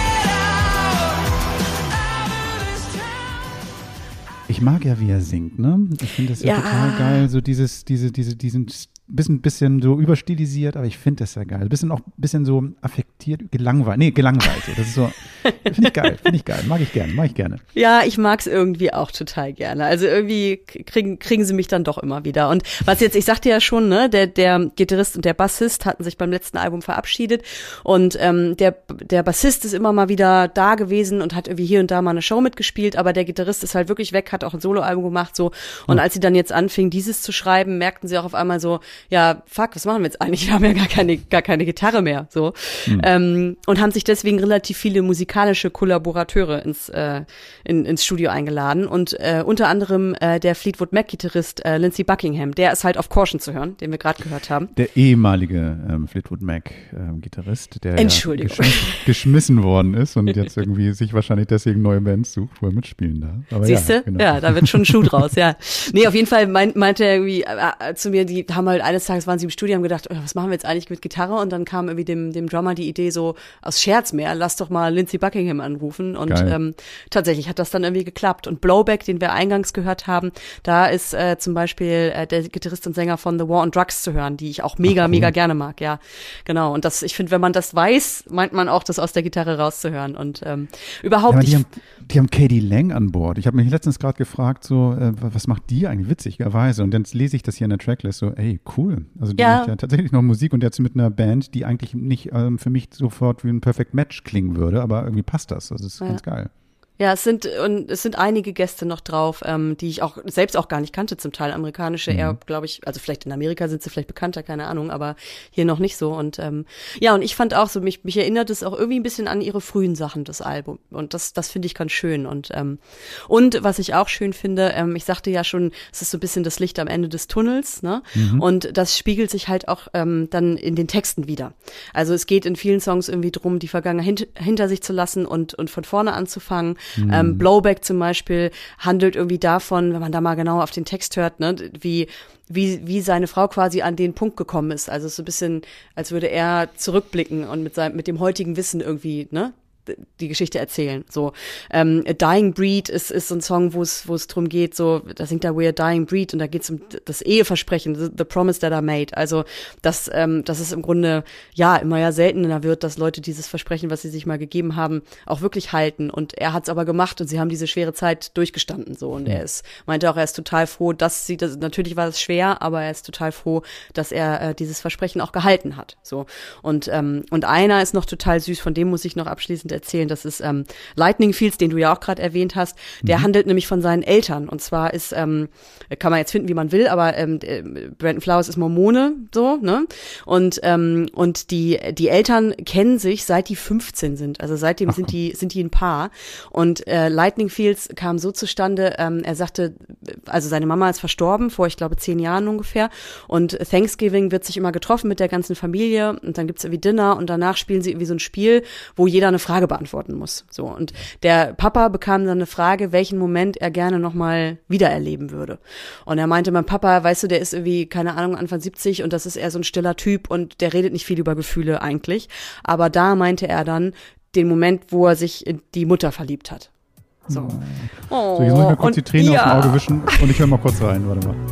ich mag ja, wie er singt, ne? Ich finde das ja, ja total geil, so dieses, diese, diese, diesen bisschen, bisschen so überstilisiert, aber ich finde das ja geil. Ein bisschen auch, bisschen so affektiert, gelangweilt, nee, gelangweilt. So. Das ist so, finde ich geil, finde ich geil, mag ich gerne, mag ich gerne. Ja, ich mag's irgendwie auch total gerne. Also irgendwie kriegen, kriegen sie mich dann doch immer wieder. Und was jetzt, ich sagte ja schon, ne, der, der Gitarrist und der Bassist hatten sich beim letzten Album verabschiedet und ähm, der, der Bassist ist immer mal wieder da gewesen und hat irgendwie hier und da mal eine Show mitgespielt, aber der Gitarrist ist halt wirklich weg, hat auch ein Soloalbum gemacht, so. Und mhm. als sie dann jetzt anfingen, dieses zu schreiben, merkten sie auch auf einmal so, ja, fuck, was machen wir jetzt eigentlich? Wir haben ja gar keine, gar keine Gitarre mehr, so. Mhm. Ähm, und haben sich deswegen relativ viele musikalische Kollaborateure ins, äh, in, ins Studio eingeladen und äh, unter anderem äh, der Fleetwood Mac-Gitarrist äh, Lindsey Buckingham, der ist halt auf Caution zu hören, den wir gerade gehört haben. Der ehemalige ähm, Fleetwood Mac-Gitarrist, ähm, der Entschuldigung. Ja geschm- geschmissen worden ist und jetzt irgendwie sich wahrscheinlich deswegen neue Bands sucht, wo er mitspielen darf. Siehst du? Ja, genau. Ja, da wird schon ein Schuh draus, ja. Nee, auf jeden Fall meint, meinte er irgendwie äh, zu mir, die haben halt eines Tages waren sie im Studio, haben gedacht, oh, was machen wir jetzt eigentlich mit Gitarre? Und dann kam irgendwie dem, dem Drummer die Idee so aus Scherz mehr, lass doch mal Lindsey Buckingham anrufen. Und ähm, tatsächlich hat das dann irgendwie geklappt. Und Blowback, den wir eingangs gehört haben, da ist äh, zum Beispiel äh, der Gitarrist und Sänger von The War on Drugs zu hören, die ich auch mega, Ach, cool. mega gerne mag, ja. Genau. Und das, ich finde, wenn man das weiß, meint man auch, das aus der Gitarre rauszuhören. Und ähm, überhaupt. Ja, die, ich, haben, die haben Katie Lang an Bord. Ich habe mich letztens gerade gefragt, so, äh, was macht die eigentlich witzigerweise? Und dann lese ich das hier in der Tracklist so, ey, cool. Also die ja. macht ja tatsächlich noch Musik und jetzt mit einer Band, die eigentlich nicht ähm, für mich sofort wie ein Perfect Match klingen würde, aber irgendwie passt das. Das ist ja. ganz geil. Ja, es sind und es sind einige Gäste noch drauf, ähm, die ich auch selbst auch gar nicht kannte, zum Teil amerikanische, mhm. eher, glaube ich, also vielleicht in Amerika sind sie vielleicht bekannter, keine Ahnung, aber hier noch nicht so. Und ähm, ja, und ich fand auch so, mich mich erinnert es auch irgendwie ein bisschen an ihre frühen Sachen, das Album. Und das das finde ich ganz schön. Und ähm, und was ich auch schön finde, ähm, ich sagte ja schon, es ist so ein bisschen das Licht am Ende des Tunnels, ne? Mhm. Und das spiegelt sich halt auch ähm, dann in den Texten wieder. Also es geht in vielen Songs irgendwie drum, die Vergangenheit hint- hinter sich zu lassen und und von vorne anzufangen. Mhm. Ähm, Blowback zum Beispiel handelt irgendwie davon, wenn man da mal genau auf den Text hört, ne, wie wie wie seine Frau quasi an den Punkt gekommen ist. Also so ein bisschen, als würde er zurückblicken und mit seinem mit dem heutigen Wissen irgendwie, ne, die Geschichte erzählen. So, ähm, A Dying Breed ist ist so ein Song, wo es wo es drum geht, so, da singt er We're a Dying Breed und da geht es um das Eheversprechen, the, the Promise that I made. Also, dass ähm, dass es im Grunde ja immer ja seltener wird, dass Leute dieses Versprechen, was sie sich mal gegeben haben, auch wirklich halten. Und er hat es aber gemacht und sie haben diese schwere Zeit durchgestanden. So, und er ist meinte auch, er ist total froh, dass sie das. Natürlich war es schwer, aber er ist total froh, dass er äh, dieses Versprechen auch gehalten hat. So, und ähm, und einer ist noch total süß. Von dem muss ich noch abschließend erzählen. Das ist ähm, Lightning Fields, den du ja auch gerade erwähnt hast. Der mhm. handelt nämlich von seinen Eltern. Und zwar ist, ähm, kann man jetzt finden, wie man will, aber ähm, Brandon Flowers ist Mormone, so, ne? Und ähm, und die die Eltern kennen sich, seit die fünfzehn sind. Also seitdem Ach, sind die sind die ein Paar. Und äh, Lightning Fields kam so zustande. Ähm, er sagte, also seine Mama ist verstorben vor, ich glaube, zehn Jahren ungefähr. Und Thanksgiving wird sich immer getroffen mit der ganzen Familie. Und dann gibt's irgendwie Dinner und danach spielen sie irgendwie so ein Spiel, wo jeder eine Frage beantworten muss. So, und der Papa bekam dann eine Frage, welchen Moment er gerne nochmal wiedererleben würde. Und er meinte, mein Papa, weißt du, der ist irgendwie, keine Ahnung, Anfang siebzig und das ist eher so ein stiller Typ und der redet nicht viel über Gefühle eigentlich. Aber da meinte er dann den Moment, wo er sich in die Mutter verliebt hat. So. Oh, so, jetzt muss ich mir kurz die Tränen ja. aus dem Auge wischen und ich höre mal kurz rein. Warte mal.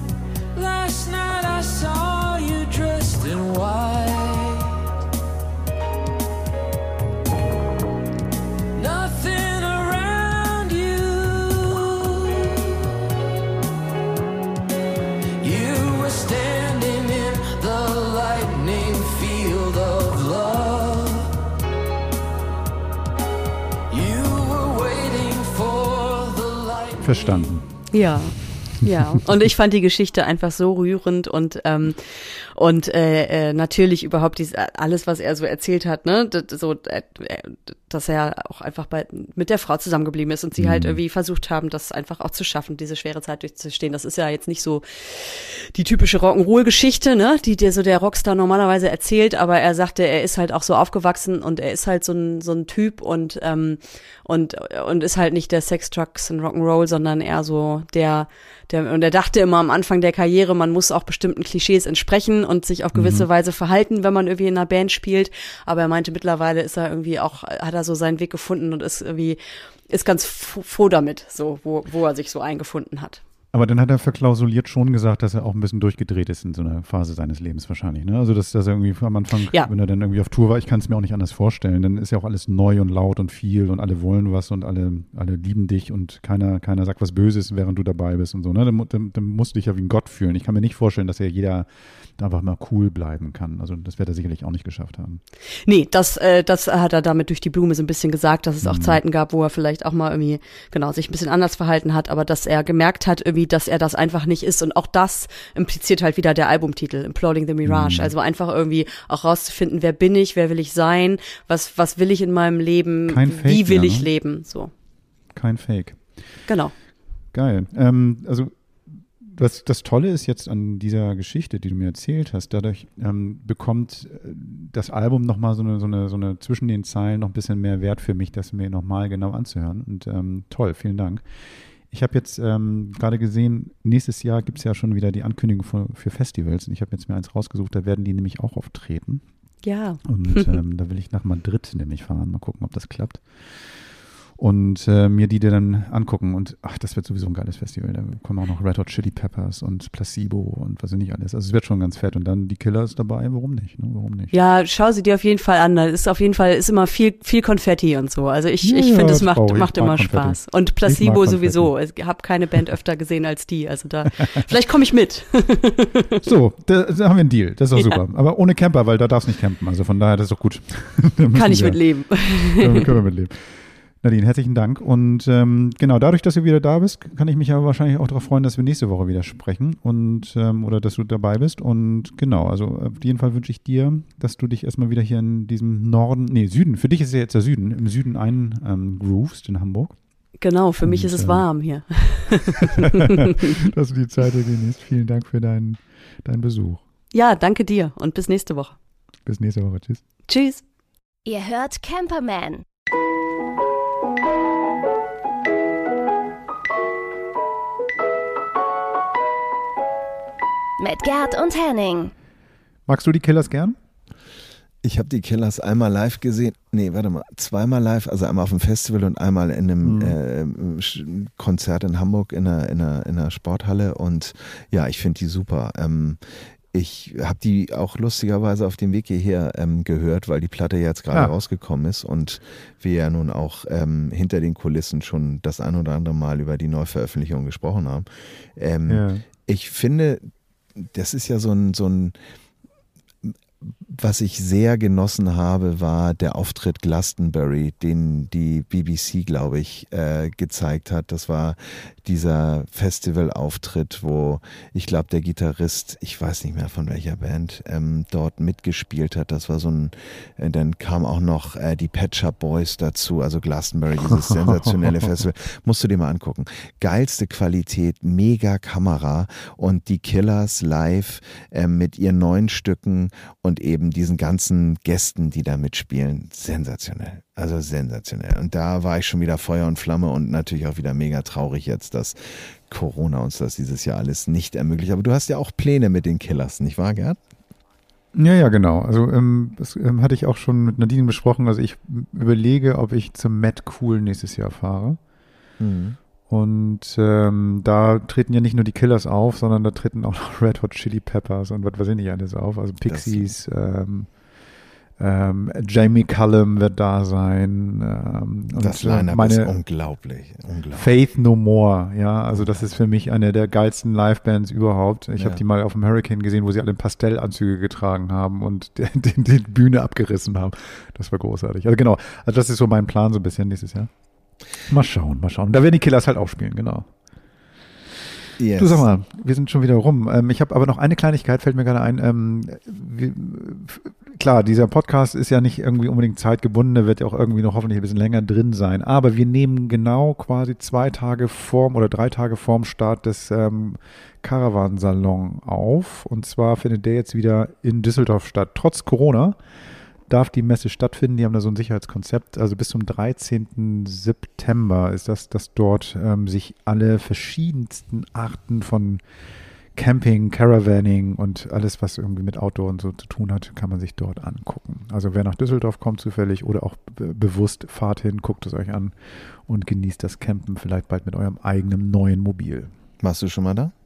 Last night I saw you dressed in white. Verstanden. Ja, ja. Und ich fand die Geschichte einfach so rührend und ähm, und äh, äh, natürlich überhaupt dies, alles, was er so erzählt hat, ne, das, so, äh, dass er auch einfach bei mit der Frau zusammengeblieben ist und sie mhm. halt irgendwie versucht haben, das einfach auch zu schaffen, diese schwere Zeit durchzustehen. Das ist ja jetzt nicht so die typische Rock'n'Roll-Geschichte, ne, die dir so der Rockstar normalerweise erzählt, aber er sagte, er ist halt auch so aufgewachsen und er ist halt so ein so ein Typ und ähm, und und ist halt nicht der Sex, Drugs und Rock'n'Roll, sondern eher so der der und er dachte immer am Anfang der Karriere, man muss auch bestimmten Klischees entsprechen und sich auf gewisse mhm. Weise verhalten, wenn man irgendwie in einer Band spielt. Aber er meinte, mittlerweile ist er irgendwie auch, hat er so seinen Weg gefunden und ist irgendwie ist ganz froh damit, so, wo, wo er sich so eingefunden hat. Aber dann hat er verklausuliert schon gesagt, dass er auch ein bisschen durchgedreht ist in so einer Phase seines Lebens wahrscheinlich. Ne? Also, dass, dass er irgendwie am Anfang, ja. wenn er dann irgendwie auf Tour war, ich kann es mir auch nicht anders vorstellen, dann ist ja auch alles neu und laut und viel und alle wollen was und alle, alle lieben dich und keiner, keiner sagt was Böses, während du dabei bist und so. Ne? Dann, dann, dann musst du dich ja wie ein Gott fühlen. Ich kann mir nicht vorstellen, dass ja jeder da einfach mal cool bleiben kann. Also das wird er sicherlich auch nicht geschafft haben. Nee, das, äh, das hat er damit durch die Blume so ein bisschen gesagt, dass es auch mhm. Zeiten gab, wo er vielleicht auch mal irgendwie, genau, sich ein bisschen anders verhalten hat, aber dass er gemerkt hat irgendwie, dass er das einfach nicht ist. Und auch das impliziert halt wieder der Albumtitel, Imploding the Mirage. Mhm. Also einfach irgendwie auch rauszufinden, wer bin ich, wer will ich sein, was, was will ich in meinem Leben, Kein Fake, wie will ja, ich ne? leben, so. Kein Fake. Genau. Geil. Ähm, also Das, das Tolle ist jetzt an dieser Geschichte, die du mir erzählt hast, dadurch ähm, bekommt das Album nochmal so eine, so, eine, so eine zwischen den Zeilen noch ein bisschen mehr Wert für mich, das mir nochmal genau anzuhören. Und ähm, toll, vielen Dank. Ich habe jetzt ähm, gerade gesehen, nächstes Jahr gibt es ja schon wieder die Ankündigung für, für Festivals. Und ich habe jetzt mir eins rausgesucht, da werden die nämlich auch auftreten. Ja. Und ähm, da will ich nach Madrid nämlich fahren. Mal gucken, ob das klappt. Und äh, mir die dir dann angucken und ach, das wird sowieso ein geiles Festival. Da kommen auch noch Red Hot Chili Peppers und Placebo und was weiß ich nicht alles. Also es wird schon ganz fett und dann die Killers dabei, warum nicht? Ne? Warum nicht? Ja, schau sie dir auf jeden Fall an. Da ist auf jeden Fall ist immer viel viel Konfetti und so. Also ich, Ja, ich finde, ja, es macht, Frau, ich macht mag immer Konfetti. Spaß. Und Ich Placebo mag sowieso. Ich habe keine Band öfter gesehen als die. Also da, vielleicht komme ich mit. So, da, da haben wir einen Deal. Das ist doch Ja. super. Aber ohne Camper, weil da darfst du nicht campen. Also von daher, das ist doch gut. Kann ich wir, mitleben. Damit können wir mitleben. Nadine, herzlichen Dank. Und ähm, genau, dadurch, dass du wieder da bist, kann ich mich aber wahrscheinlich auch darauf freuen, dass wir nächste Woche wieder sprechen und ähm, oder dass du dabei bist. Und genau, also auf jeden Fall wünsche ich dir, dass du dich erstmal wieder hier in diesem Norden, nee, Süden, für dich ist ja jetzt der Süden, im Süden eingroovst ähm, in Hamburg. Genau, für mich Und, ist es äh, warm hier. Dass du die Zeit hier genießt. Vielen Dank für deinen, deinen Besuch. Ja, danke dir und bis nächste Woche. Bis nächste Woche. Tschüss. Tschüss. Ihr hört Camperman. Mit Gerd und Henning. Magst du die Killers gern? Ich habe die Killers einmal live gesehen. Nee, warte mal, zweimal live, also einmal auf dem Festival und einmal in einem mhm. äh, Konzert in Hamburg in einer, in einer, in einer Sporthalle. Und ja, ich finde die super. Ähm, ich habe die auch lustigerweise auf dem Weg hierher ähm, gehört, weil die Platte jetzt gerade ah. rausgekommen ist und wir ja nun auch ähm, hinter den Kulissen schon das ein oder andere Mal über die Neuveröffentlichung gesprochen haben. Ähm, ja. Ich finde, das ist ja so ein, so ein was ich sehr genossen habe, war der Auftritt Glastonbury, den die B B C, glaube ich, äh, gezeigt hat. Das war dieser Festivalauftritt, wo ich glaube, der Gitarrist, ich weiß nicht mehr von welcher Band, ähm, dort mitgespielt hat. Das war so ein, äh, dann kam auch noch äh, die Pet Shop Boys dazu, also Glastonbury, dieses sensationelle Festival. Musst du dir mal angucken. Geilste Qualität, mega Kamera und die Killers live äh, mit ihren neuen Stücken und eben diesen ganzen Gästen, die da mitspielen, sensationell. Also sensationell. Und da war ich schon wieder Feuer und Flamme und natürlich auch wieder mega traurig jetzt, dass Corona uns das dieses Jahr alles nicht ermöglicht. Aber du hast ja auch Pläne mit den Killers, nicht wahr, Gerd? Ja, ja, genau. Also ähm, das ähm, hatte ich auch schon mit Nadine besprochen. Also ich überlege, ob ich zum Mad Cool nächstes Jahr fahre. Mhm. Und ähm, da treten ja nicht nur die Killers auf, sondern da treten auch noch Red Hot Chili Peppers und was weiß ich nicht alles auf. Also Pixies, ähm, ähm, Jamie Cullum wird da sein. Ähm, und das Line-Up meine ist unglaublich, unglaublich. Faith No More, ja, also das ist für mich eine der geilsten Livebands überhaupt. Ich ja. habe die mal auf dem Hurricane gesehen, wo sie alle Pastellanzüge getragen haben und die, die, die Bühne abgerissen haben. Das war großartig. Also genau, also das ist so mein Plan so ein bisschen nächstes Jahr. Mal schauen, mal schauen. Da werden die Killers halt auch spielen, genau. Yes. Du sag mal, wir sind schon wieder rum. Ähm, ich habe aber noch eine Kleinigkeit, fällt mir gerade ein. Ähm, wir, klar, dieser Podcast ist ja nicht irgendwie unbedingt zeitgebunden, der wird ja auch irgendwie noch hoffentlich ein bisschen länger drin sein. Aber wir nehmen genau quasi zwei Tage vorm oder drei Tage vorm Start des ähm, Caravan-Salon auf. Und zwar findet der jetzt wieder in Düsseldorf statt, trotz Corona. Darf die Messe stattfinden. Die haben da so ein Sicherheitskonzept. Also bis zum dreizehnten September ist das, dass dort ähm, sich alle verschiedensten Arten von Camping, Caravanning und alles, was irgendwie mit Outdoor und so zu tun hat, kann man sich dort angucken. Also wer nach Düsseldorf kommt zufällig oder auch be- bewusst, fahrt hin, guckt es euch an und genießt das Campen vielleicht bald mit eurem eigenen neuen Mobil. Warst du schon mal da?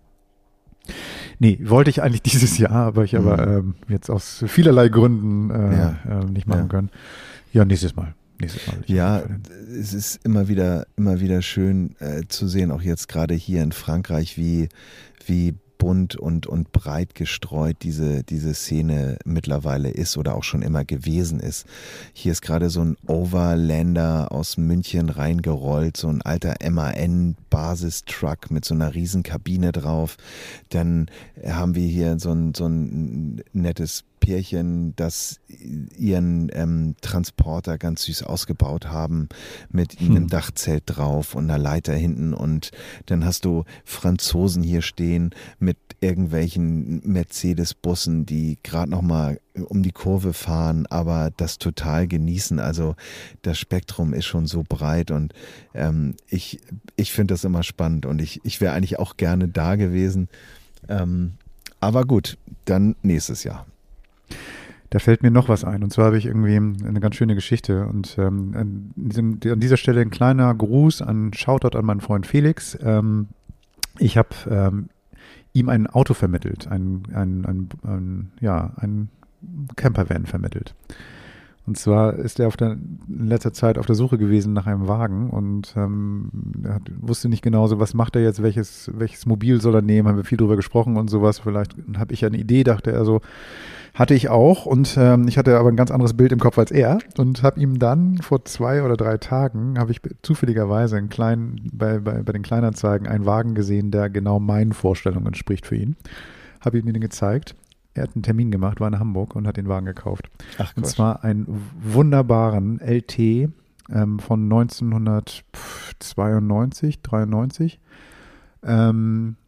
Nee, wollte ich eigentlich dieses Jahr, aber ich Mhm. aber ähm, jetzt aus vielerlei Gründen äh, Ja. äh, nicht machen Ja. können. Ja, nächstes Mal. Nächstes Mal. will ich Ja, auf jeden Fall hin. es ist immer wieder, immer wieder schön äh, zu sehen, auch jetzt gerade hier in Frankreich, wie, wie bunt und, und breit gestreut diese, diese Szene mittlerweile ist oder auch schon immer gewesen ist. Hier ist gerade so ein Overlander aus München reingerollt, so ein alter M A N-Basistruck mit so einer riesen Kabine drauf. Dann haben wir hier so ein, so ein nettes Pärchen, das ihren ähm, Transporter ganz süß ausgebaut haben mit einem Hm. Dachzelt drauf und einer Leiter hinten, und dann hast du Franzosen hier stehen mit irgendwelchen Mercedes-Bussen, die gerade noch mal um die Kurve fahren, aber das total genießen. Also das Spektrum ist schon so breit, und ähm, ich, ich finde das immer spannend, und ich, ich wäre eigentlich auch gerne da gewesen. Ähm, aber gut, dann nächstes Jahr. Da fällt mir noch was ein. Und zwar habe ich irgendwie eine ganz schöne Geschichte. Und ähm, an, diesem, an dieser Stelle ein kleiner Gruß, ein Shoutout an meinen Freund Felix. Ähm, ich habe ähm, ihm ein Auto vermittelt, ein, ein, ein, ein, ja, ein Campervan vermittelt. Und zwar ist er auf der, in letzter Zeit auf der Suche gewesen nach einem Wagen, und ähm, er hat, wusste nicht genau so, was macht er jetzt, welches, welches Mobil soll er nehmen, haben wir viel drüber gesprochen und sowas. Vielleicht habe ich eine Idee, dachte er so. Hatte ich auch, und ähm, ich hatte aber ein ganz anderes Bild im Kopf als er, und habe ihm dann vor zwei oder drei Tagen, habe ich zufälligerweise einen kleinen, bei, bei, bei den Kleinanzeigen einen Wagen gesehen, der genau meinen Vorstellungen entspricht für ihn. Habe ihm den gezeigt. Er hat einen Termin gemacht, war in Hamburg und hat den Wagen gekauft. Ach, und zwar einen wunderbaren L T ähm, von neunzehnhundertzweiundneunzig, dreiundneunzig. Ähm,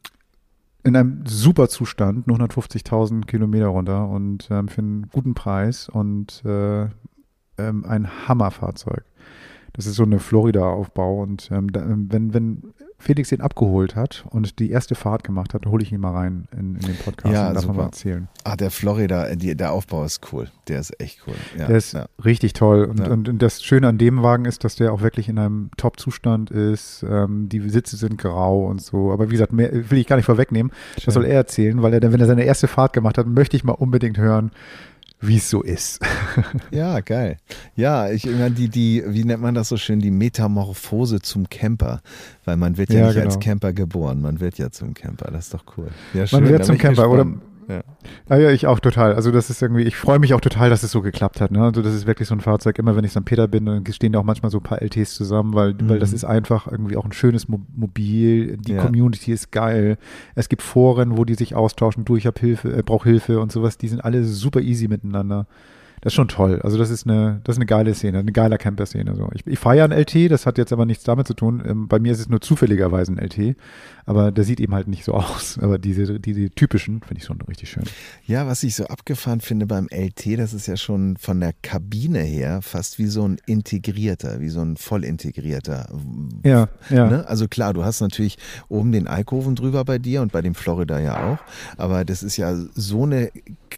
in einem super Zustand, nur hundertfünfzigtausend Kilometer runter, und ähm, für einen guten Preis, und äh, ähm, ein Hammerfahrzeug. Das ist so eine Florida-Aufbau, und ähm, da, wenn, wenn Felix den abgeholt hat und die erste Fahrt gemacht hat, hole ich ihn mal rein in, in den Podcast Ja, und darf super. mal erzählen. Ah, der Florida, die, der Aufbau ist cool. Der ist echt cool. Ja, Der ist ja. richtig toll, und, Ja. und, und das Schöne an dem Wagen ist, dass der auch wirklich in einem Top-Zustand ist. Ähm, die Sitze sind grau und so, aber wie gesagt, mehr will ich gar nicht vorwegnehmen. Schön. Das soll er erzählen, weil er, dann, wenn er seine erste Fahrt gemacht hat, möchte ich mal unbedingt hören, wie es so ist. Ja, geil. Ja, ich meine, die, die, wie nennt man das so schön, die Metamorphose zum Camper. Weil man wird ja, Ja, nicht genau. als Camper geboren, man wird ja zum Camper. Das ist doch cool. Ja, schön, Man da wird bin zum ich Camper, oder? gespannt. Ja. Ja, ja, ich auch total. Also das ist irgendwie, ich freue mich auch total, dass es so geklappt hat. Ne? Also das ist wirklich so ein Fahrzeug, immer wenn ich Sankt Peter bin, dann stehen da auch manchmal so ein paar L Ts zusammen, weil, Mhm. weil das ist einfach irgendwie auch ein schönes Mo- Mobil. Die Ja. Community ist geil. Es gibt Foren, wo die sich austauschen, du, ich habe Hilfe, äh, brauche Hilfe und sowas. Die sind alle super easy miteinander. Das ist schon toll. Also das ist eine, das ist eine geile Szene, eine geile Camper-Szene. So. Ich, ich fahre ja einen L T, das hat jetzt aber nichts damit zu tun. Ähm, bei mir ist es nur zufälligerweise ein L T, aber der sieht eben halt nicht so aus. Aber diese, diese typischen finde ich schon richtig schön. Ja, was ich so abgefahren finde beim L T, das ist ja schon von der Kabine her fast wie so ein integrierter, wie so ein voll integrierter. Ja, ja. Ne? Also klar, du hast natürlich oben den Alkoven drüber bei dir und bei dem Florida ja auch, aber das ist ja so eine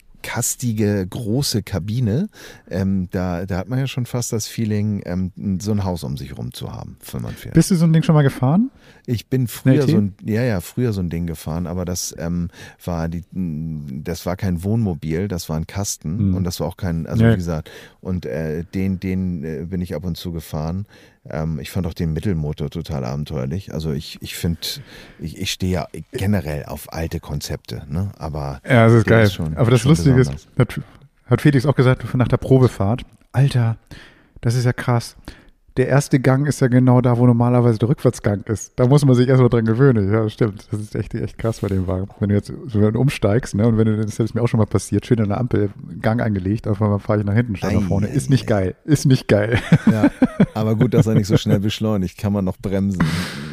kastige, große Kabine, ähm, da, da hat man ja schon fast das Feeling, ähm, so ein Haus um sich rum zu haben, wenn man fährt. Bist du so ein Ding schon mal gefahren? Ich bin früher L T? so ein, ja, ja, früher so ein Ding gefahren, aber das ähm, war die, das war kein Wohnmobil, das war ein Kasten Mhm. und das war auch kein, also Nee. wie gesagt, und äh, den, den äh, bin ich ab und zu gefahren. Ähm, ich fand auch den Mittelmotor total abenteuerlich. Also ich, ich finde, ich, ich stehe ja generell auf alte Konzepte, ne? Aber Ja, das ist der geil. schon- Aber das schon Lustige besonders. ist, hat, hat Felix auch gesagt, nach der Probefahrt, Alter, das ist ja krass. Der erste Gang ist ja genau da, wo normalerweise der Rückwärtsgang ist. Da muss man sich erstmal dran gewöhnen. Ja, stimmt. Das ist echt, echt krass bei dem Wagen. Wenn du jetzt so umsteigst, ne, und wenn du, das ist mir auch schon mal passiert, schön an der Ampel, Gang eingelegt, auf einmal fahre ich nach hinten, statt nach vorne. Ei, Ist nicht geil. Ist nicht geil. Ja, aber gut, dass er nicht so schnell beschleunigt, kann man noch bremsen.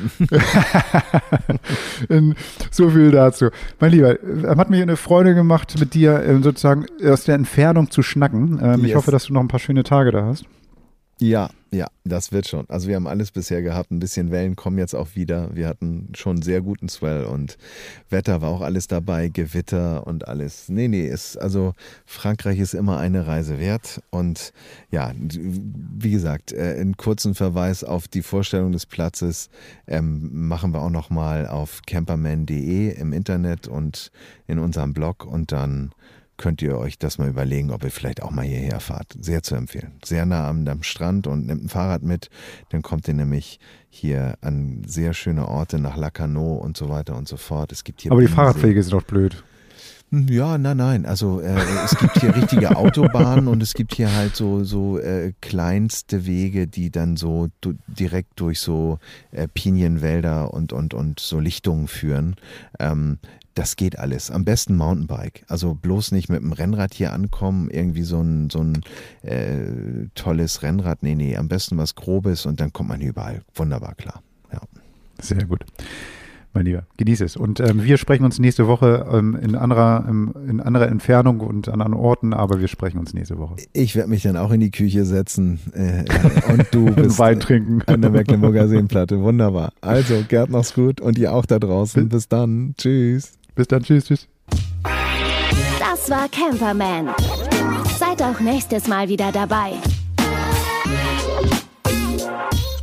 So viel dazu. Mein Lieber, hat mir eine Freude gemacht, mit dir ähm, sozusagen aus der Entfernung zu schnacken. Ähm, Ich Yes. hoffe, dass du noch ein paar schöne Tage da hast. Ja, ja, das wird schon. Also wir haben alles bisher gehabt. Ein bisschen Wellen kommen jetzt auch wieder. Wir hatten schon sehr guten Swell und Wetter war auch alles dabei, Gewitter und alles. Nee, nee, ist, also Frankreich ist immer eine Reise wert. Und ja, wie gesagt, einen kurzen Verweis auf die Vorstellung des Platzes ähm, machen wir auch nochmal auf camperman punkt de im Internet und in unserem Blog und dann könnt ihr euch das mal überlegen, ob ihr vielleicht auch mal hierher fahrt. Sehr zu empfehlen. Sehr nah am, am Strand und nehmt ein Fahrrad mit. Dann kommt ihr nämlich hier an sehr schöne Orte nach Lacanau und so weiter und so fort. Es gibt hier Aber die Fahrradwege sind doch blöd. Ja, nein, nein. Also äh, es gibt hier richtige Autobahnen und es gibt hier halt so so äh, kleinste Wege, die dann so du, direkt durch so äh, Pinienwälder und und und so Lichtungen führen. Ähm, Das geht alles. Am besten Mountainbike. Also bloß nicht mit dem Rennrad hier ankommen, irgendwie so ein, so ein äh, tolles Rennrad. Nee, nee, am besten was Grobes und dann kommt man hier überall. Wunderbar klar. Ja. Sehr gut. Mein Lieber, genieß es. Und ähm, wir sprechen uns nächste Woche ähm, in, anderer, ähm, in anderer Entfernung und an anderen Orten, aber wir sprechen uns nächste Woche. Ich werde mich dann auch in die Küche setzen äh, und du bist Wein trinken. An der Mecklenburger Seenplatte. Wunderbar. Also, Gerd, mach's gut und ihr auch da draußen. Bis dann. Tschüss. Bis dann, tschüss, tschüss. Das war Camperman. Seid auch nächstes Mal wieder dabei.